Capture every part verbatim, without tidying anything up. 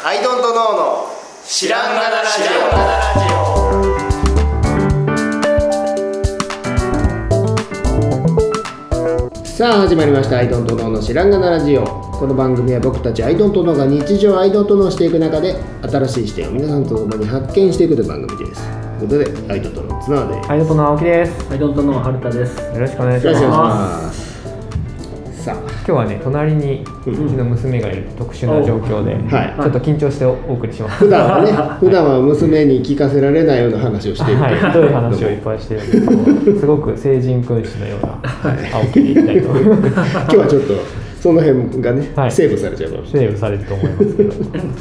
アイドントノーの知らんがなラジオ。さあ始まりましたアイドントノーの知らんがなラジオ。この番組は僕たちアイドントノーが日常アイドントノーしていく中で新しい視点を皆さんと共に発見していくという番組です。ということでアイドントノー綱です。 アイドントノー青木です。 アイドントノー春田です。 よろしくお願いします。 よろしくお願いします。さあ今日はね隣にうちの娘がいる特殊な状況で、うんはい、ちょっと緊張してお送りします。 普段はね普段は娘に聞かせられないような話をしている、 はい、ひどい話をいっぱいしてるんですけどすごく聖人君子のような青木でいきたいと思います。今日はちょっとその辺がね、はい、セーブされちゃうかもしれない。 セーブされると思いますけ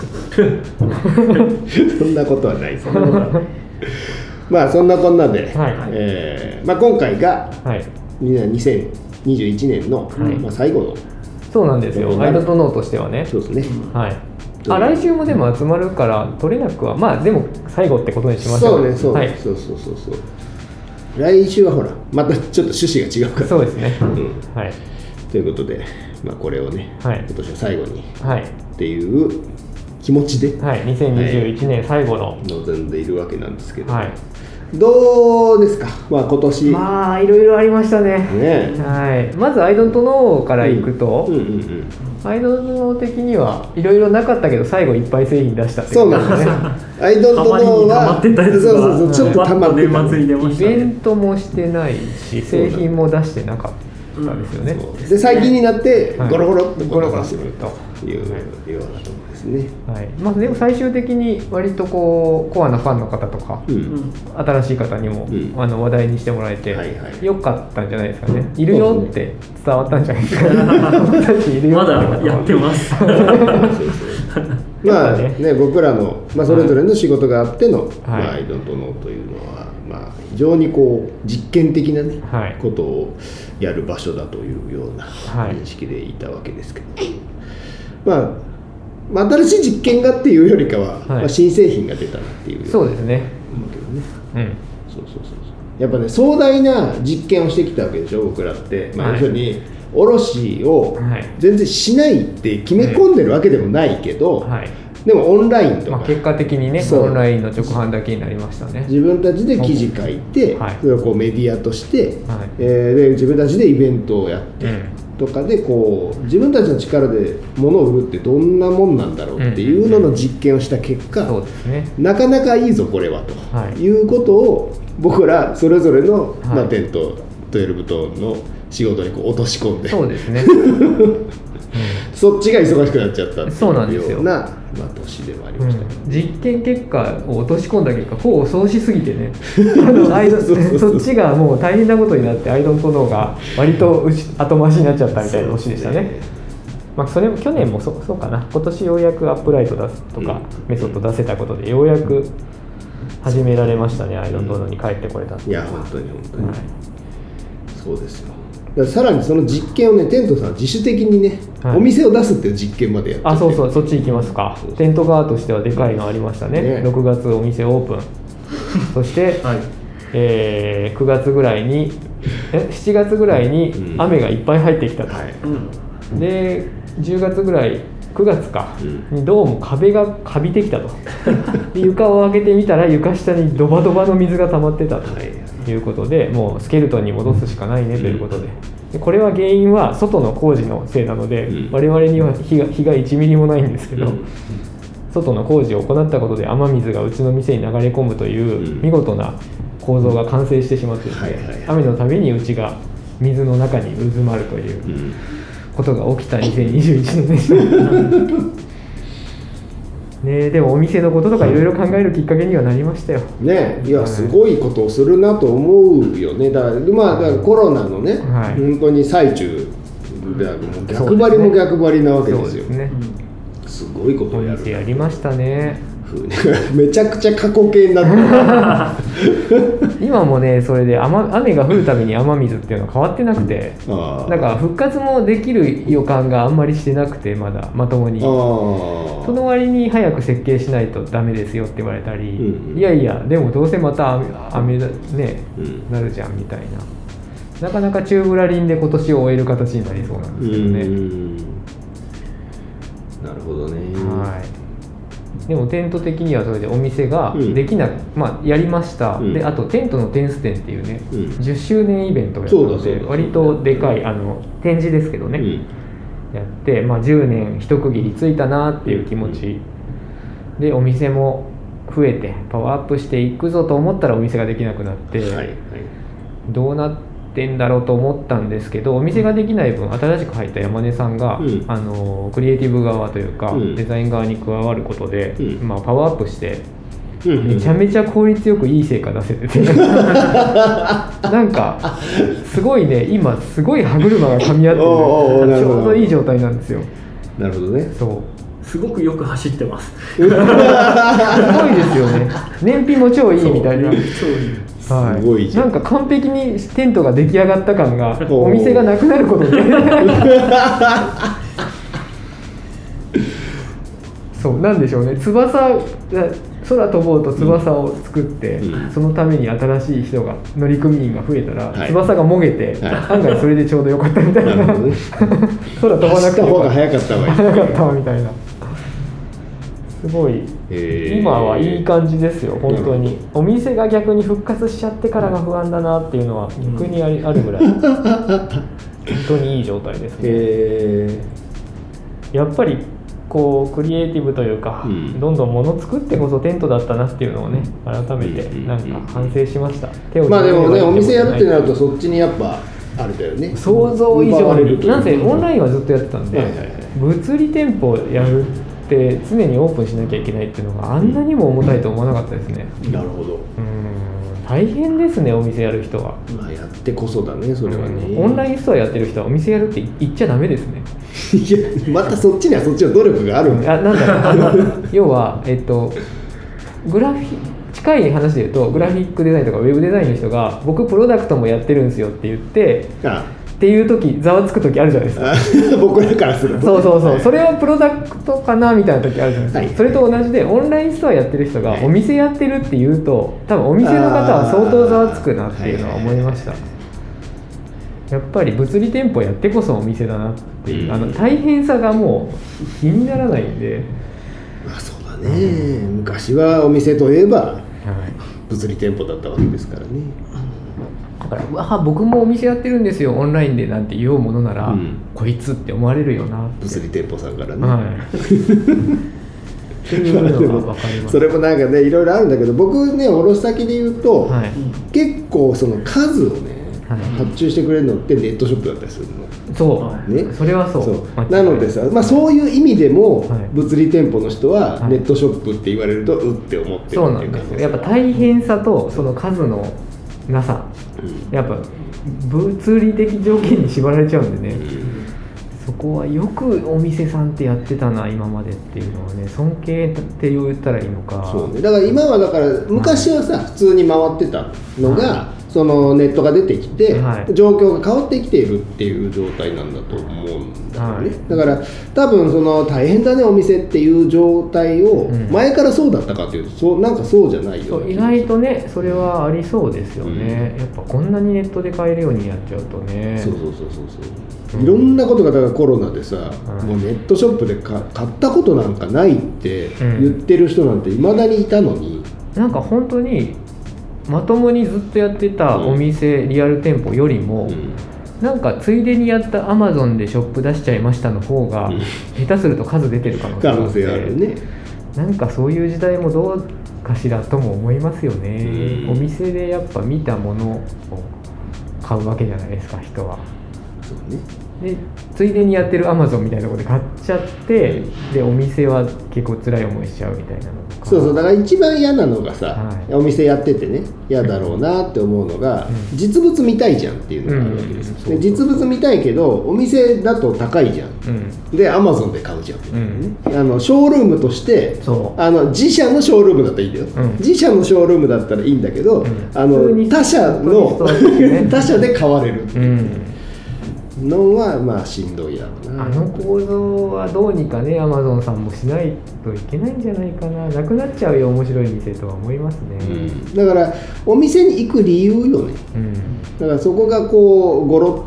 どそんなことはないですまあそんなこんなで、はいえーまあ、今回が、はい、にせんにじゅういちねんの、はいまあ、最後のそうなんですよ。アイドントノーとしてはね。 そうですね、 はい、あ来週もでも集まるから取れなくはまあでも最後ってことにしましょう。 そうねそう、はい、そうそうそうそう来週はほらまたちょっと趣旨が違うからそうですね、うんはい、 ということで、まあ、これをね、はい、今年の最後に、はい、っていう気持ちで、 はい、にせんにじゅういちねん最後の臨んでいるわけなんですけど、はい、どうですか、まあ、今年まあいろいろありました ね, ねはい、まずアイドントノーからいくと、うんうんうんうん、アイドントノー的にはいろいろなかったけど最後いっぱい製品出したっていうことですね。 そうなんですアイドントノーは溜まってたやつがそうそうそうちょっと溜まってた、 年末に出ましたね。 イベントもしてないし製品も出してなかったですよね、 うん、で最近になってゴロゴロっとゴロゴロするというようなところですね、 はいまあ、でも最終的に割とこうコアなファンの方とか、うん、新しい方にも、うん、あの話題にしてもらえて、はいはい、よかったんじゃないですかね。いるよって伝わったんじゃないですかまだやってますまあね僕らの、まあ、それぞれの仕事があっての、はいまあ、アイドントノーというのは、まあ、非常にこう実験的な、ねはい、ことをやる場所だというような認識でいたわけですけど、はいまあまあ、新しい実験がっていうよりかは、はいまあ、新製品が出たなっていうそうですね。 思うけどね、うん、そうそうそうそうやっぱね壮大な実験をしてきたわけでしょ僕らって、まあ、要するに卸を全然しないって決め込んでるわけでもないけど、はいはいでもオンラインとか、 まあ、結果的にねオンラインの直販だけになりましたね。 自分たちで記事書いて、はい、それをこうメディアとして、はいえー、で自分たちでイベントをやって、うん、とかでこう自分たちの力で物を売るってどんなもんなんだろうっていうのの実験をした結果、うんうんうんそうですね、なかなかいいぞこれはと、はい、いうことを僕らそれぞれの、はいまあ、テントじゅうにトンの仕事にこう落とし込んでそうですね、 うんそっちが忙しくなっちゃったっていうそうなんですよような、まあ、年でもありましたけど、 うん、実験結果を落とし込んだ結果功を奏しすぎてねあのアイドそっちがもう大変なことになってアイドントノーが割と後回しになっちゃったみたいな年でした ね, ね、まあ、それも去年も そ, そうかな今年ようやくアップライト出すとか、うん、メソッド出せたことでようやく始められましたね、うん、アイドントノーに帰ってこれたっていうのは、 いや本当に本当に、はい、そうですよ。だからさらにその実験をねテントさん自主的にね、はい、お店を出すっていう実験までやっててあそうそうそっち行きますか。そうそうテント側としてはでかいのありましたね、ねろくがつお店オープンそして、はいえー、くがつぐらいにえしちがつぐらいに雨がいっぱい入ってきたと、うんはい、でじゅうがつぐらいくがつか、うん、にどうも壁がカビてきたとで床を開けてみたら床下にドバドバの水が溜まってたと、はいいうことでもうスケルトンに戻すしかないねということで、でこれは原因は外の工事のせいなので、うん、我々には火が、火がいちミリもないんですけど、うん、外の工事を行ったことで雨水がうちの店に流れ込むという見事な構造が完成してしまっていて、うんはいはいはい、雨のたびにうちが水の中にうずまるということが起きたにせんにじゅういちねんでしたね、でもお店のこととかいろいろ考えるきっかけにはなりましたよね。いやすごいことをするなと思うよね。だから、まあ、だからコロナのね、はい、本当に最中でもう逆張りも逆張りなわけですよ。そうですね、すごいことをやる。 お店やりましたね。 めちゃくちゃ過去形になって今もねそれで 雨, 雨が降るたびに雨水っていうのは変わってなくてだから復活もできる予感があんまりしてなくてまだまともにその割に早く設計しないとダメですよって言われたり、うん、いやいやでもどうせまた 雨, 雨ね、うん、なるじゃんみたいななかなか宙ぶらりんで今年を終える形になりそうなんですけどね。 うんなるほどね。 はいでもテント的にはそれでお店ができなく、うん、まあやりました、うん、であとテントのテンス展っていうね、うん、じゅっしゅうねんイベントをやったので割とでかいあの展示ですけどね、うん、やって、まあ、じゅうねん一区切りついたなっていう気持ちでお店も増えてパワーアップしていくぞと思ったらお店ができなくなって、はいはい、どうなってんだろうと思ったんですけどお店ができない分新しく入った山根さんが、うん、あのクリエイティブ側というか、うん、デザイン側に加わることで、うんまあ、パワーアップしてめちゃめちゃ効率よくいい成果出せててなんかすごいね今すごい歯車が噛み合ってるちょうどいい状態なんですよ。 なるほどね。 そうすごくよく走ってますすごいですよね。燃費も超いいみたいな。はい、すごいじゃん。なんか完璧にテントが出来上がった感がお店がなくなることでそうなんでしょうね。翼空飛ぼうと翼を作って、うん、そのために新しい人が乗組員が増えたら、はい、翼がもげて、はい、案外それでちょうどよかったみたいな、なね、空飛ばなくて方が早かったわ早かったわみたいなすごい、えー、今はいい感じですよ本当に。お店が逆に復活しちゃってからが不安だなっていうのは逆にあり、うん、あるぐらい本当にいい状態ですね、えー、やっぱりこうクリエイティブというか、うん、どんどん物作ってこそテントだったなっていうのをね改めてなんか反省しました、うんうんうん、手をまあでもねお店やるってなるとそっちにやっぱあれだよね想像以上になんせオンラインはずっとやってたんで、はいはいはい、物理店舗やるって常にオープンしなきゃいけないっていうのがあんなにも重たいと思わなかったですね、 うん、なるほど。 うん大変ですねお店やる人は。 まあやってこそだねそれはね、 うん、オンラインストアやってる人はお店やるって言っちゃダメですねいやまたそっちにはそっちの努力があるんだ、 うん、あなんだろう要はえっとグラフィ近い話で言うとグラフィックデザインとかウェブデザインの人が僕プロダクトもやってるんですよって言ってああっていう時ざわつく時あるじゃないですか僕らからするとそうそうそう、はい、それはプロダクトかなみたいな時あるじゃないですか、はい、それと同じでオンラインストアやってる人がお店やってるって言うと多分お店の方は相当ざわつくなっていうのは思いました。やっぱり物理店舗やってこそお店だなっていう、うん、あの大変さがもう比にならないんで。 まあそうだね、うん、昔はお店といえば物理店舗だったわけですからね、 だからうわ僕もお店やってるんですよオンラインでなんて言おうものなら、うん、こいつって思われるよなって物理店舗さんからね、 はいっていうのが分かります。 それもなんかねいろいろあるんだけど僕ね卸先で言うと、はい、結構その数をね発注してくれるのってネットショップだったりするの。 そう、ね、それはそう。そうなのでさ、まあ、そういう意味でも物理店舗の人はネットショップって言われるとうって思ってるっていうそうなんですよ。やっぱ大変さとその数のなさ、うん、やっぱ物理的条件に縛られちゃうんでね、うん、そこはよくお店さんってやってたな今までっていうのはね尊敬って言ったらいいのか。 そうね、だから今はだから昔はさ、はい、普通に回ってたのが、はい、そのネットが出てきて、はい、状況が変わってきているっていう状態なんだと思うんだよね、はい、だから多分その大変だねお店っていう状態を前からそうだったかというと、そうなんかそうじゃないような意外とねそれはありそうですよね、うん、やっぱこんなにネットで買えるようにやっちゃうとね。 そうそうそうそうそう、うん、いろんなことがだからコロナでさ、うん、もうネットショップで買ったことなんかないって言ってる人なんていまだにいたのに、 うん、なんか本当にまともにずっとやってたお店、うん、リアル店舗よりも、うん、なんかついでにやったアマゾンでショップ出しちゃいましたの方が、うん、下手すると数出てる可能性があって、可能性あるね。なんかそういう時代もどうかしらとも思いますよね、うん、お店でやっぱ見たものを買うわけじゃないですか人は。 そうね。 でついでにやってるアマゾンみたいなところで買っちゃって、うん、でお店は結構辛い思いしちゃうみたいなのとか。 そうそうだから一番嫌なのがさ、はい、お店やっててね嫌だろうなって思うのが、うん、実物見たいじゃんっていうのがあるわけです、うん、で実物見たいけどお店だと高いじゃん、うん、でアマゾンで買うじゃんみたいなね、うん、あのショールームとしてあの自社のショールームだったらいいんだよ、うん、自社のショールームだったらいいんだけど、うん、あの他社の他社で買われるっていう、うんのはまあしんどいやろうな。 あの構造はどうにかねアマゾンさんもしないといけないんじゃないかな。なくなっちゃうよ面白い店とは思いますね、うん、 だからお店に行く理由よね、うん、だからそこがこうゴロッと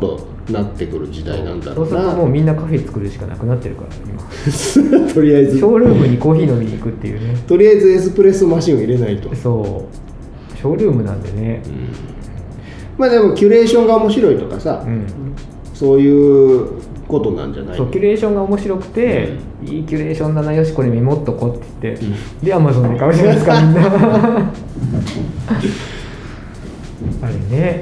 なってくる時代なんだろうな。 そうするともうみんなカフェ作るしかなくなってるから今とりあえずショールームにコーヒー飲みに行くっていうね。 とりあえずエスプレッソマシンを入れないと。 そうショールームなんでね、うん、 まあでもキュレーションが面白いとかさ、うん、そういうことなんじゃないの。 そうキュレーションが面白くて、うん、いいキュレーションだな、よしこれメモっとこうって言って、うん、でアマゾンで買うじゃないですかみんなあれね、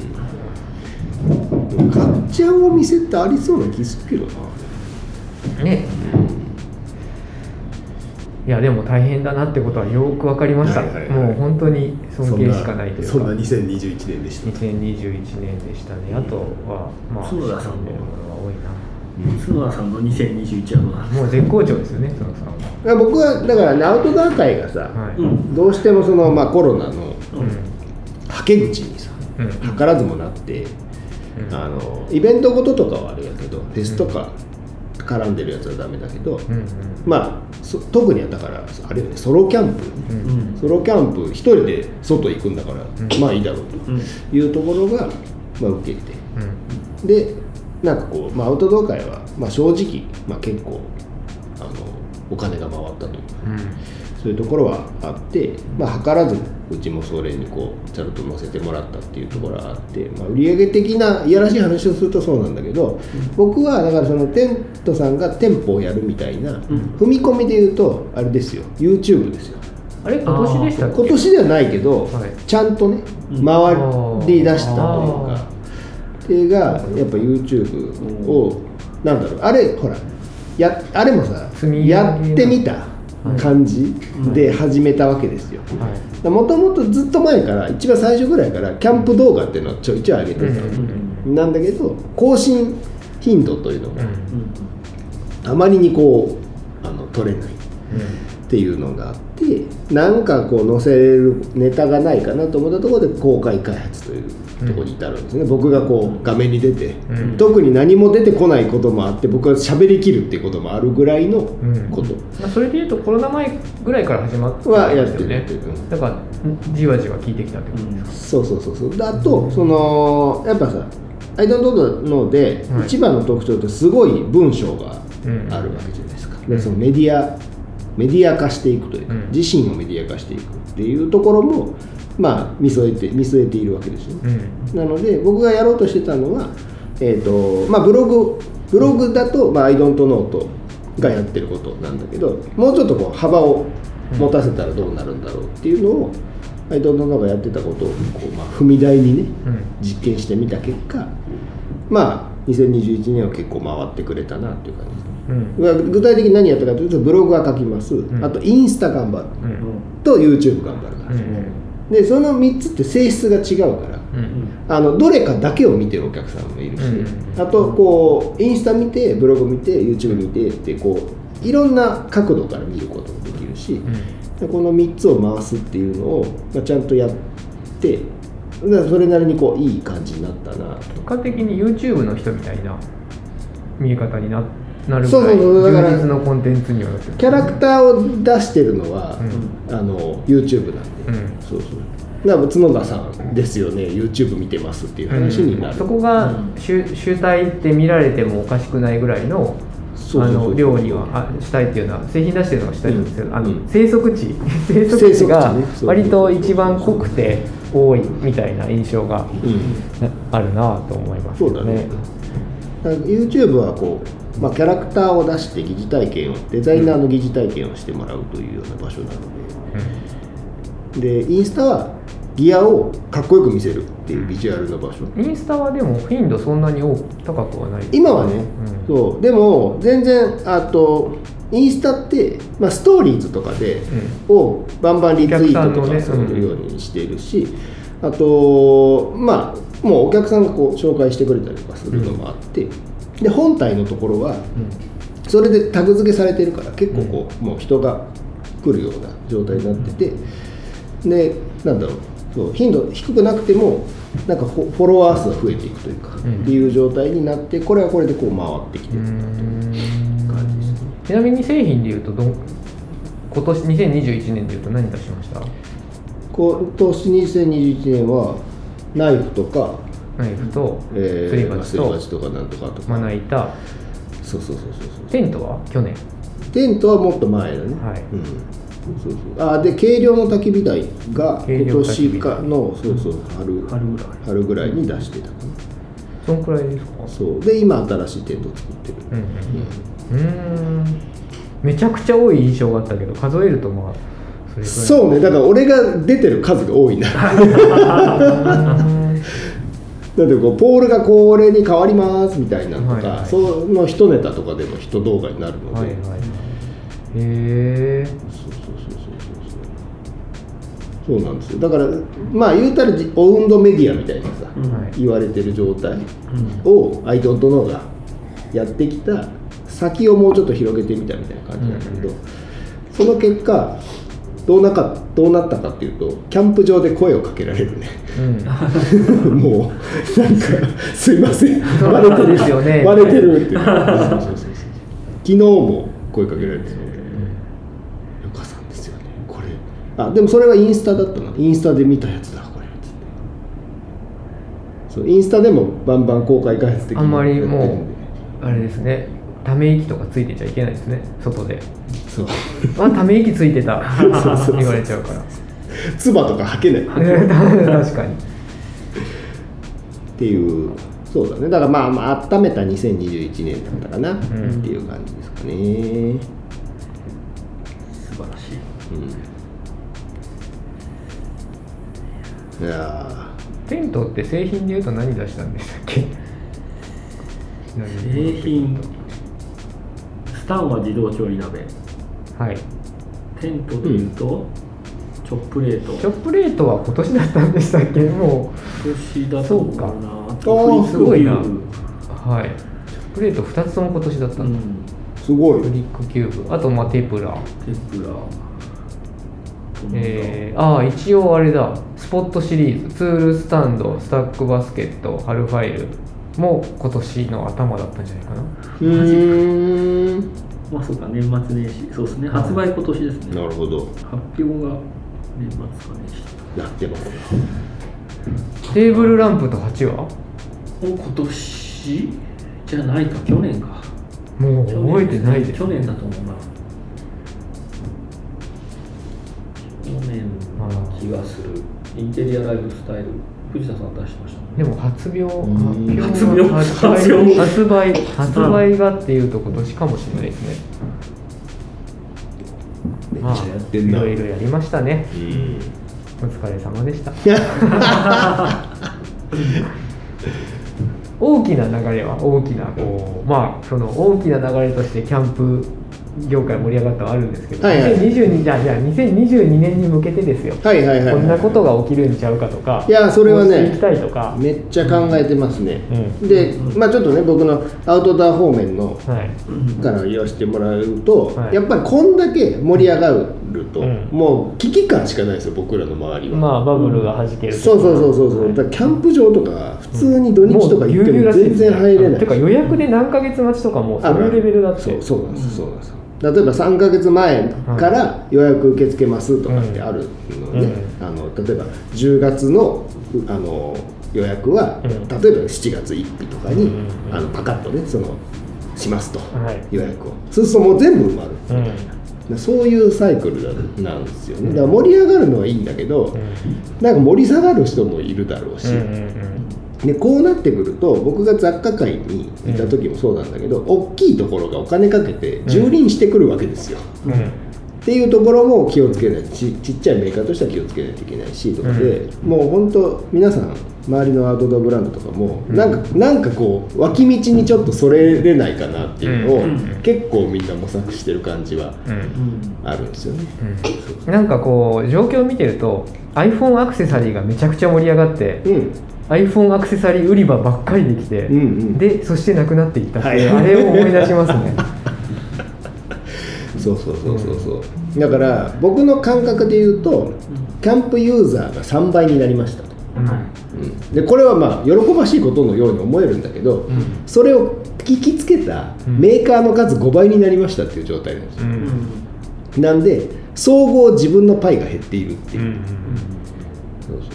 うん、買っちゃうお店ってありそうな気するけどなね、いやでも大変だなってことはよく分かりました、はいはいはい、もう本当に尊敬しかないというか。 そんなにせんにじゅういちねんでした。 にせんにじゅういちねんでしたね。あとはまあ角田さんの多いな。 角田さんのにせんにじゅういちはどうなんですか。 もう絶好調ですよね、角田さんは。 僕はだから、ね、アウトドア界がさ、はい、どうしてもその、まあ、コロナの、うん、はけ口にさ、うん、図らずもなって、うん、あのイベントごととかはあるやけど、フェスとか絡んでるやつはダメだけど、うんうん、まあ特にはだからあれよね、ソロキャンプ、うん、ソロキャンプ一人で外行くんだから、うん、まあいいだろうというところが、まあ、受けて、うん、でなんかこう、まあ、アウトドア界は、まあ、正直、まあ、結構あのお金が回ったと、うん、そういうところはあって、まあ、図らずうちもそれにこうちゃんと載せてもらったっていうところがあって、まあ、売上的ないやらしい話をするとそうなんだけど、うん、僕はだからそのテントさんが店舗をやるみたいな、うん、踏み込みで言うとあれですよ、 YouTube ですよ。 あれ今年でしたっけ。 今年ではないけど、はい、ちゃんとね回り出したというか、それがやっぱ YouTube をなんだろう、あれほらやあれもさやってみた感じで始めたわけですよ。もともとずっと前から一番最初ぐらいからキャンプ動画っていうのをちょいちょい上げてたなんだけど、更新頻度というのがあまりにこうあの取れないっていうのがあって、なんかこう載せれるネタがないかなと思ったところで公開開発というところに至るんですね、うん、僕がこう画面に出て、うん、特に何も出てこないこともあって、僕は喋りきるっていうこともあるぐらいのこと、うんまあ、それでいうとコロナ前ぐらいから始まったはやってるね、 だからじわじわ効いてきたってことですか、 うん、そうそうそうそう。あとそのやっぱさアイドントので、はい、一番の特徴ってすごい文章があるわけじゃないですか、うん、でそのメディアメディア化していくというか、うん、自身をメディア化していくっていうところもまあ見据えて見据えているわけですよ、うん、なので僕がやろうとしてたのは、えーとまあ、ブログブログだと、まあ、アイドントノートがやってることなんだけど、もうちょっとこう幅を持たせたらどうなるんだろうっていうのを、アイドントノートがやってたことをこう、まあ、踏み台にね、うん、実験してみた結果、まあにせんにじゅういちねんは結構回ってくれたなっていう感じですね、うん、具体的に何やったかというと、ブログは書きます、うん、あとインスタ頑張る、うん、と YouTube 頑張るから、うん、でそのみっつって性質が違うから、うん、あのどれかだけを見てるお客さんもいるし、うん、あとこうインスタ見てブログ見て YouTube 見てってこういろんな角度から見ることもできるし、うん、このみっつを回すっていうのを、まあ、ちゃんとやってそれなりにこういい感じになったな。 結果的に YouTube の人みたいな見え方にななるぐらい充実のコンテンツにはなってる。 キャラクターを出してるのは、うん、あの YouTube なんで、うん、そうそうだから角田さんですよね YouTube 見てますっていう話になる、 うん、そこが主体って見られてもおかしくないぐらいのあの量にはあしたいっていうのは製品出してるのがしたいんですけど、うん、あの生息地生息地が割と一番濃くて多いみたいな印象が、うん、あるなと思いますね。そうだね。 だから YouTube はこう、まあ、キャラクターを出して疑似体験をデザイナーの疑似体験をしてもらうというような場所なので、うん、でインスタはギアをかっこよく見せるっていうビジュアルの場所。 インスタはでも頻度そんなに高くはない、 今はね、うん、そうでも全然あとインスタって、まあ、ストーリーズとかで、うん、をバンバンリツイートとかするようにしているし、うん、あとまあもうお客さんがこう紹介してくれたりとかするのもあって、うん、で本体のところは、うん、それでタグ付けされてるから結構こう、うん、もう人が来るような状態になってて、でなんだろうそう頻度低くなくてもなんかフォロワー数が増えていくというか、うん、っていう状態になって、これはこれでこう回ってきてるなという感じですね。 ちなみに製品でいうとど今年にせんにじゅういちねんでいうと何出しました？ 今年にせんにじゅういちねんはナイフとかナイフと、 えー、 すり鉢とすり鉢とかなんとかとかまな板。 そうそうそうそうそう。 テントは去年。 テントはもっと前だね。はい。うん。そうそう。あで軽量の焚き火台が今年かのそうそう春春ぐらい春ぐらいに出してたかな。 そのくらいですか。 そうで今新しいテント作ってる。 うんうん。うん。めちゃくちゃ多い印象があったけど数えるとまあそれくらい。そうねだから俺が出てる数が多いな。だってこうポールがこれに変わりますみたいなとか、はいはい、その一ネタとかでも一動画になるので、はいはいはい、へえそうそうそうそうそうそうなんですよ。だからまあ言うたらオウンドメディアみたいなさ、うん、言われてる状態をアイドントノーがやってきた先をもうちょっと広げてみたみたいな感じなんだけど、うん、その結果どうなかどうなったかっていうとキャンプ場で声をかけられるね、うん、もうなんかすいません割れてるですよね割れてるってそうそうそうそう昨日も声かけられてるので、うん、よかさんですよねこれあでもそれはインスタだったなインスタで見たやつだこれそうインスタでもバンバン公開開発的にあんまりもうあれですねため息とかついてちゃいけないですね外でそうあため息ついてたそうそう言われちゃうから唾とか吐けない確かにっていうそうだねだからまあまあ温めたにせんにじゅういちねんだったかな、うん、っていう感じですかね素晴らしい、 うん、いやテントって製品でいうと何出したんでしたっけ製品スタンは自動調理鍋はいテントでいうと、うん、チョップレートチョップレートは今年だったんでしたっけもう今年だと思うなそうかすごいなはいチョップレートふたつとも今年だったんだ、うん、 すごいフリックキューブあとまあテプラテプラえー、ああ一応あれだスポットシリーズツールスタンドスタックバスケットハルファイルも今年の頭だったんじゃないかな。うーんまあそうか年末年始そうですね発売今年ですね。 なるほど。 発表が年末か年始。 やってます。 テーブルランプと鉢は？ もう今年じゃないか去年か。 もう覚えてないです、ね。 去年だと思うな。去年な気がする。インテリアライフスタイル藤田さん出してましたね。 でも発表発表発売発売発売がっていうと今年かもしれないですね。 めっちゃやってんな。 いろいろやりましたね。お疲れ様でした。大きな流れは大きなこうまあその大きな流れとしてキャンプ業界盛り上がったはあるんですけど、はいはい、にせんにじゅうにじゃあじゃあにせんにじゅうにねんに向けてですよ、 はいはいはいはい、 こんなことが起きるんちゃうかとか、 いやそれはね行きたいとかめっちゃ考えてますね、うん、で、まあちょっとね僕のアウトドア方面の、はい、から言わせてもらうと、はい、やっぱりこんだけ盛り上がると、うん、もう危機感しかないですよ僕らの周りは。 まあバブルが弾けるとか、 そうそうそうそうそう、はい、だからキャンプ場とか普通に土日とか行っても全然入れない、 てか予約で何ヶ月待ちとかもそういうレベルだって。 そうそうなんですそうなんです例えばさんかげつまえから予約受け付けますとかってあるので、うん、あの例えばじゅうがつ の, あの予約は、うん、例えばしちがつついたちとかに、うん、あのパカッとねそのしますと、はい、予約をそうするともう全部埋まるみたいな、うん、そういうサイクルなんですよね。だから盛り上がるのはいいんだけど、うん、なんか盛り下がる人もいるだろうし、うんうんうんでこうなってくると僕が雑貨界にいた時もそうなんだけど、うん、大きいところがお金かけて蹂躙してくるわけですよ、うん、っていうところも気をつけない ち, ちっちゃいメーカーとしては気をつけないといけないしとかで、うん、もう本当皆さん周りのアウトドアブランドとかも、うん、なんかなんかこう脇道にちょっとそれれないかなっていうのを、うん、結構みんな模索してる感じはあるんですよね、 うん、なんかこう状況を見てると iPhone アクセサリーがめちゃくちゃ盛り上がって、うんiPhone アクセサリー売り場ばっかりできて、うんうん、でそしてなくなっていったっていう、はい、あれを思い出しますねそうそうそうそうそう、うん、だから僕の感覚で言うとキャンプユーザーがさんばいになりましたと、うんうん、でこれはまあ喜ばしいことのように思えるんだけど、うん、それを聞きつけたメーカーの数ごばいになりましたっていう状態なんですよ、うん、なんで総合自分のパイが減っているっていう、うんうん、そうそうそう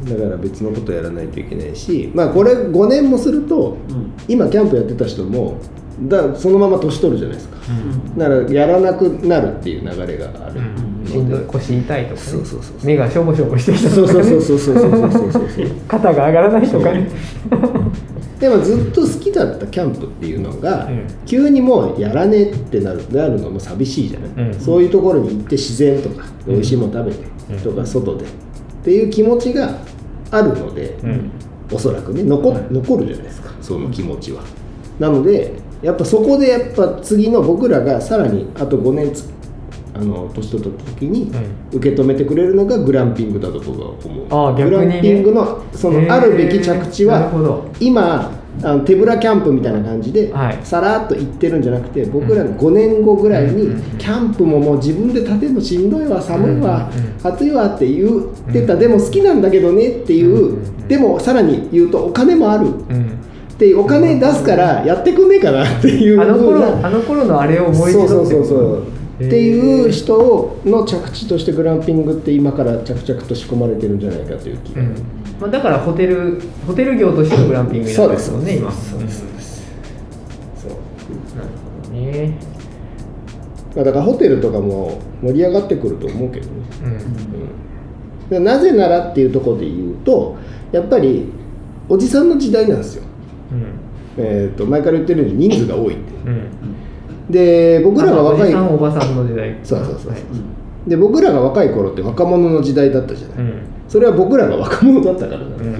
だから別のことやらないといけないし、まあこれごねんもすると、うん、今キャンプやってた人もだそのまま年取るじゃないですか、うん、だからやらなくなるっていう流れがある、 うん、しんどい腰痛いとか、ね、 そうそうそう目がしょぼしょぼしてきたとか、ね、そうそうそうそうそうそうそう肩が上がらないとかねでもずっと好きだったキャンプっていうのが、うん、急にもうやらねえってなる、なるのも寂しいじゃない、うん、そういうところに行って自然とか、うん、美味しいもの食べて、うん、とか外でっていう気持ちがあるので、うん、おそらくね 残, 残るじゃないですか、その気持ちは。なのでやっぱそこでやっぱ次の僕らがさらにあとごねんつあの年取った時に受け止めてくれるのがグランピングだと僕は思う。 あ、逆にね、 グランピングのそのあるべき着地は今あの手ぶらキャンプみたいな感じでさらっと行ってるんじゃなくて、僕らごねんごぐらいにキャンプももう自分で立てるのしんどいわ、寒いわ、暑いわって言ってた、でも好きなんだけどねっていう、でもさらに言うとお金もあるでお金出すからやってくんねえかなっていうあの頃あの頃のあれをもう一度そうそうそうそうっていう人の着地としてグランピングって今から着々と仕込まれてるんじゃないかという気が、うんまあ、だからホテルホテル業としてのグランピングになってますもんね、今。 そうですそうですそうなるほどね。 だからホテルとかも盛り上がってくると思うけどね、うんうん、なぜならっていうところで言うとやっぱりおじさんの時代なんですよ、うんえー、と前から言ってるように人数が多いんで、うんで僕らが若いおじさんおばさんの時代そうそうそうそう、はい、で僕らが若い頃って若者の時代だったじゃない、うん、それは僕らが若者だったからなんですよね、うん、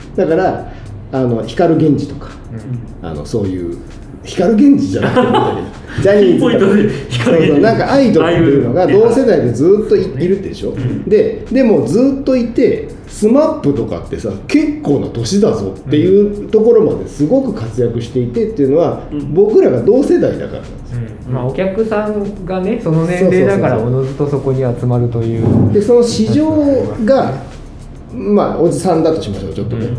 だからあの光源氏とか、うん、あのそういう光源氏じゃなくてみたいなジャニーズとかそうそうなんかアイドルっていうのが同世代でずっと い, いるでしょ、うん、で, でもずっといてスマップとかってさ結構な年だぞっていうところまですごく活躍していてっていうのは、うん、僕らが同世代だからなんですよ、 うんまあ、お客さんがねその年齢だからおのずとそこに集まるというでその市場がまあおじさんだとしましょうちょっとね、うん、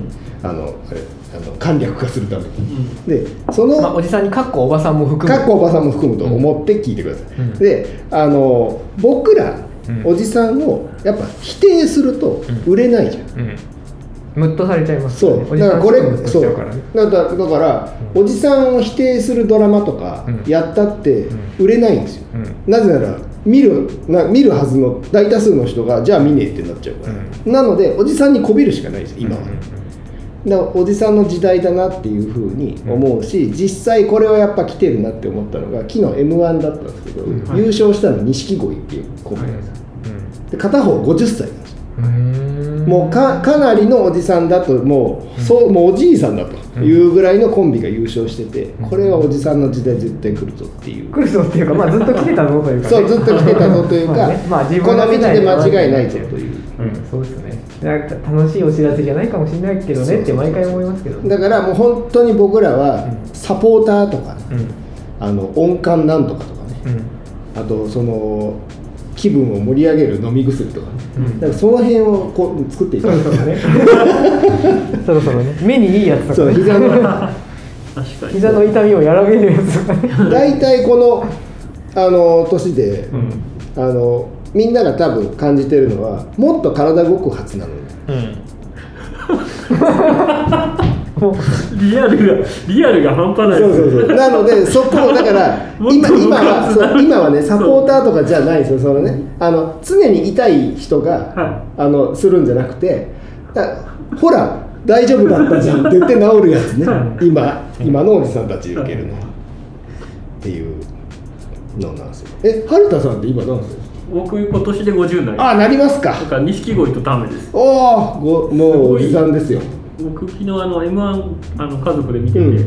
あのあれあの簡略化するために、うん、でその、 まあ、おじさんにカッコおばさんも含むカッコおばさんも含むと思って聞いてください、うん、であの僕ら、うん、おじさんをやっぱ否定すると売れないじゃん、うんうんムッとされちゃいますよね。そうだからこれそうだからだから、うん、おじさんを否定するドラマとかやったって売れないんですよ、うん、なぜなら見るな見るはずの大多数の人がじゃあ見ねえってなっちゃうから、うん、なのでおじさんにこびるしかないです今は、うん、だからおじさんの時代だなっていうふうに思うし、うん、実際これはやっぱ来てるなって思ったのが昨日 エムワン だったんですけど、うん、優勝したの錦鯉っていうコンビなんですよ、うん、で片方ごじゅっさいなんですよ、うんもう か, かなりのおじさんだともう、うん、そうもうおじいさんだというぐらいのコンビが優勝してて、うん、これはおじさんの時代絶対来るぞっていう来るぞっていうか、まあ、ずっと来てたぞというか、ね、 そうずっと来てたぞというかまあ、ねまあ、自分のこの道で間違いないぞという、 うん、そうですね楽しいお知らせじゃないかもしれないけどねって毎回思いますけど、ね、 だからもう本当に僕らはサポーターとか、ねうん、あの音感なんとかとかね、うん、あとその気分を盛り上げる飲み薬とかね、うん、だからその辺をこう作っていただいてねそろそろね目にいいやつとか、ね、 そう膝の確かに膝の痛みを和らげるやつとかね大体このあの年で、うん、あのみんなが多分感じてるのはもっと体動くはずなのに、うんリアルがリアルが半端ないそうそうそうなのでそこだから今, 今, はそう今はねサポーターとかじゃないですよそのねあの常に痛い人が、はい、あのするんじゃなくてほら大丈夫だったじゃんって言って治るやつね今今のおじさんたち受けるのっていうのなんですよ。え春田さんって今何ですか？ 僕今年でごじゅうになります。 あなりますか。 だから錦鯉とタメです。 おおもうおじさんですよ。 僕昨日あの エムワン あの家族で見てて、うん、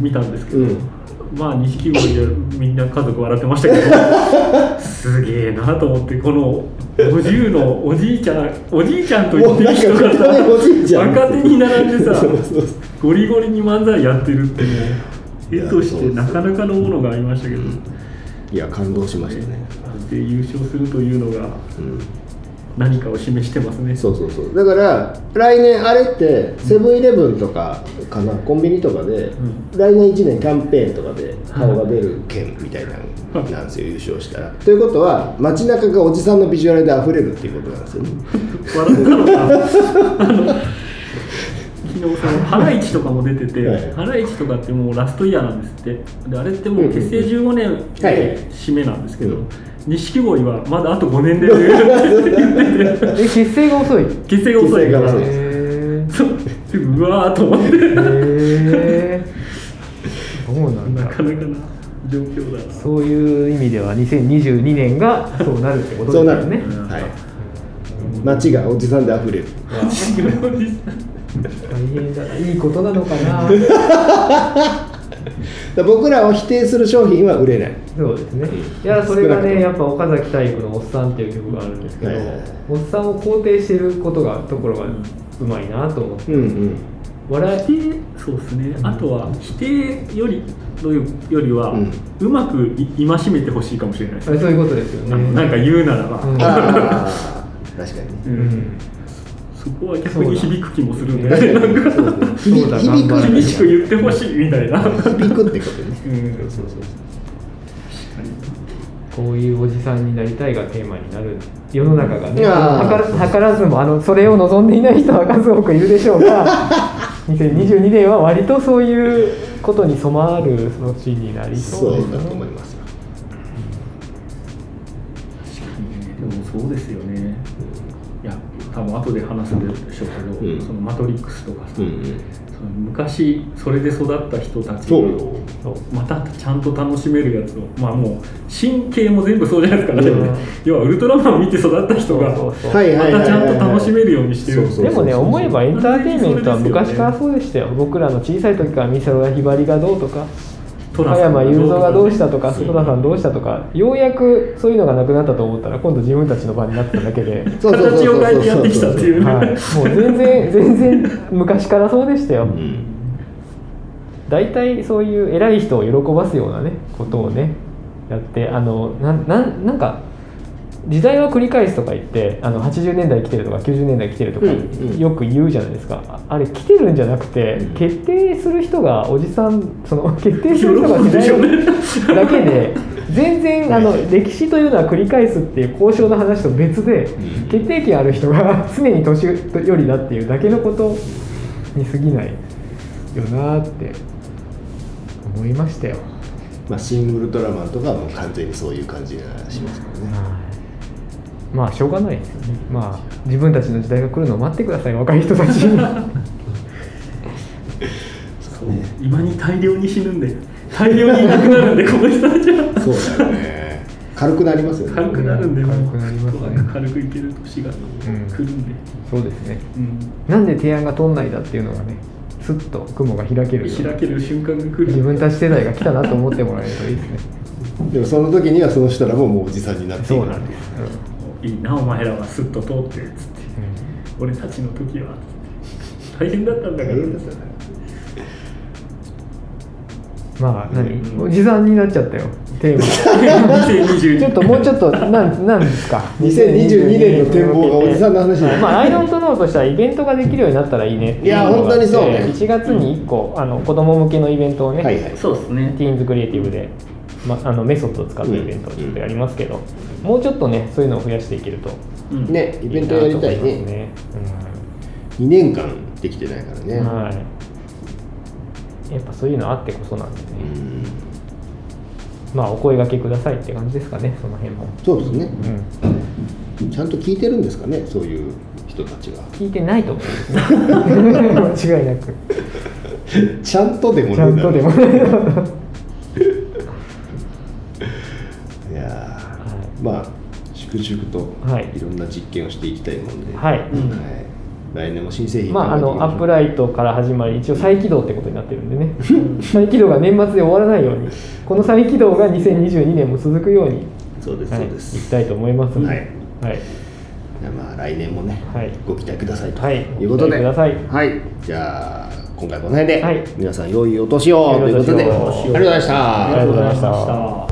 見たんですけど、うん、まあ錦鯉でみんな家族笑ってましたけどすげえなと思ってこのごじゅうのおじいちゃんおじいちゃんと言ってる人がさ若手に並んでさゴリゴリに漫才やってるっていう絵としてなかなかのものがありましたけど、 いや感動しましたね。 で優勝するというのが、うん、 何かを示してますね。 そうそうそう。だから来年あれってセブンイレブンとかかな、コンビニとかで、うん、来年いちねんキャンペーンとかで顔が出る券みたいなのなんですよ、優勝したら。ということは街中がおじさんのビジュアルで溢れるっていうことなんですよね。 笑ったのかあの昨日そのハライチとかも出てて、はい、ハライチとかってもうラストイヤーなんですって。であれってもう結成じゅうごねんで締めなんですけど、錦鯉はまだあとごねんでって言っててえ結成が遅い結成が遅いからうわーと思ってへーそうなんだ。 なかなかな状況だな。 そういう意味ではにせんにじゅうにねんがそうなるってことですよね。 そうなる、はい、街がおじさんで溢れる大変だな。いいことなのかな僕らを否定する商品は売れない。 そうですね。いやそれがねやっぱ岡崎体育のおっさんっていう曲があるんですけど、はいはいはい、おっさんを肯定していることがところがうまいなと思って、うんうん、 笑いそうですね、うん、あとは否定よりというよりは、うん、うまく戒めてほしいかもしれないですね。 そういうことですよね。 なんか言うならば、うん、あ確かに、 うん、そこは逆に響く気もするんで、ね、なんか響く厳しく言ってほしいみたいな響くってことね、 うん、そうそうそう。 こういうおじさんになりたいがテーマになる世の中がね、図らずもあのそれを望んでいない人は数多くいるでしょうがにせんにじゅうにねんは割とそういうことに染まる年になりそうですね。 そうだと思いますよ。 確かにね。でもそうですよね。いや多分後で話すでしょうけど、うん、そのマトリックスとかさ、うんうん、その昔それで育った人たちをまたちゃんと楽しめるやつを、まあもう神経も全部そうじゃないですかね、うん、要はウルトラマンを見て育った人がまたちゃんと楽しめるようにしてる。 でもね思えばエンターテインメントは昔からそうでしたよ。僕らの小さい時から美空ひばりがどうとか加山雄三がどうしたとか、戸田さんどうしたとか、ようやくそういうのがなくなったと思ったら今度自分たちの番になっただけで形を変えてやってきたっていう、 はい、もう全然全然昔からそうでしたよ。だいたいそういう偉い人を喜ばすようなねことをねやって、あのなななんか時代は繰り返すとか言ってあのはちじゅうねんだい来てるとかきゅうじゅうねんだい来てるとかよく言うじゃないですか。あれ来てるんじゃなくて、うん、決定する人がおじさんその決定する人が時代だけで全然あの歴史というのは繰り返すっていう交渉の話と別で、うん、決定権ある人が常に年寄りだっていうだけのことに過ぎないよなって思いましたよ。 まあ、シン・ウルトラマンとかはもう完全にそういう感じがしますからね。 まあしょうがないですよね。まあ自分たちの時代が来るのを待ってください、若い人たちに。そうね、今に大量に死ぬんで大量にいなくなるんでこの人たちは。 そうだよね。軽くなりますよね。 軽くなるんで、 軽くなりますね。 軽くいける年が来るんで、 うん、そうですね、うん、なんで提案が通んないだっていうのがねスッと雲が開ける開ける瞬間が来る。 自分たち世代が来たなと思ってもらえるといいですね。 でもその時にはその人らももうおじさんになっている。 そうなんです、 うん、いいなお前らはスッと通ってっつって、うん、俺たちの時は大変だったんだから。 まあ何、うん、おじさんになっちゃったよテーマ。にせんにじゅうにちょっともうちょっとなんなんですか。 にせんにじゅうにねんの展望がおじさんの話。 まあアイドントノーとしてはイベントができるようになったらいいねっていうのがあって。いや本当にそうね。いちがつにいっこ、うん、あの子供向けのイベントをね、 はいはい、そうですね。 ティーンズクリエイティブで、ま、あのメソッドを使ったイベントをちょっとやりますけど、うん、もうちょっとねそういうのを増やしていけると、 うん、ねイベントやりたいね。ね、うん、にねんかんできてないからね。 はい。やっぱそういうのあってこそなんでね。うんまあお声掛けくださいって感じですかね、その辺も。 そうですね、うん、ちゃんと聞いてるんですかね、そういう人たちは。 聞いてないと思うんですね。間違いなくちゃんとでもねちゃんとでもねいや、はい、まあ粛々といろんな実験をしていきたいもんで、 はい、うんはい、来年も新製品まあ、あのアップライトから始まり一応再起動ってことになってるんでね再起動が年末で終わらないようにこの再起動がにせんにじゅうにねんも続くようにそうです、はい、そうですいきたいと思いますので、 はいはい、まあ来年もね、はい、ご期待くださいということで、はい、 はい、じゃあ今回この辺で、はい、皆さん良いお年をということでありがとうございました。 ありがとうございました。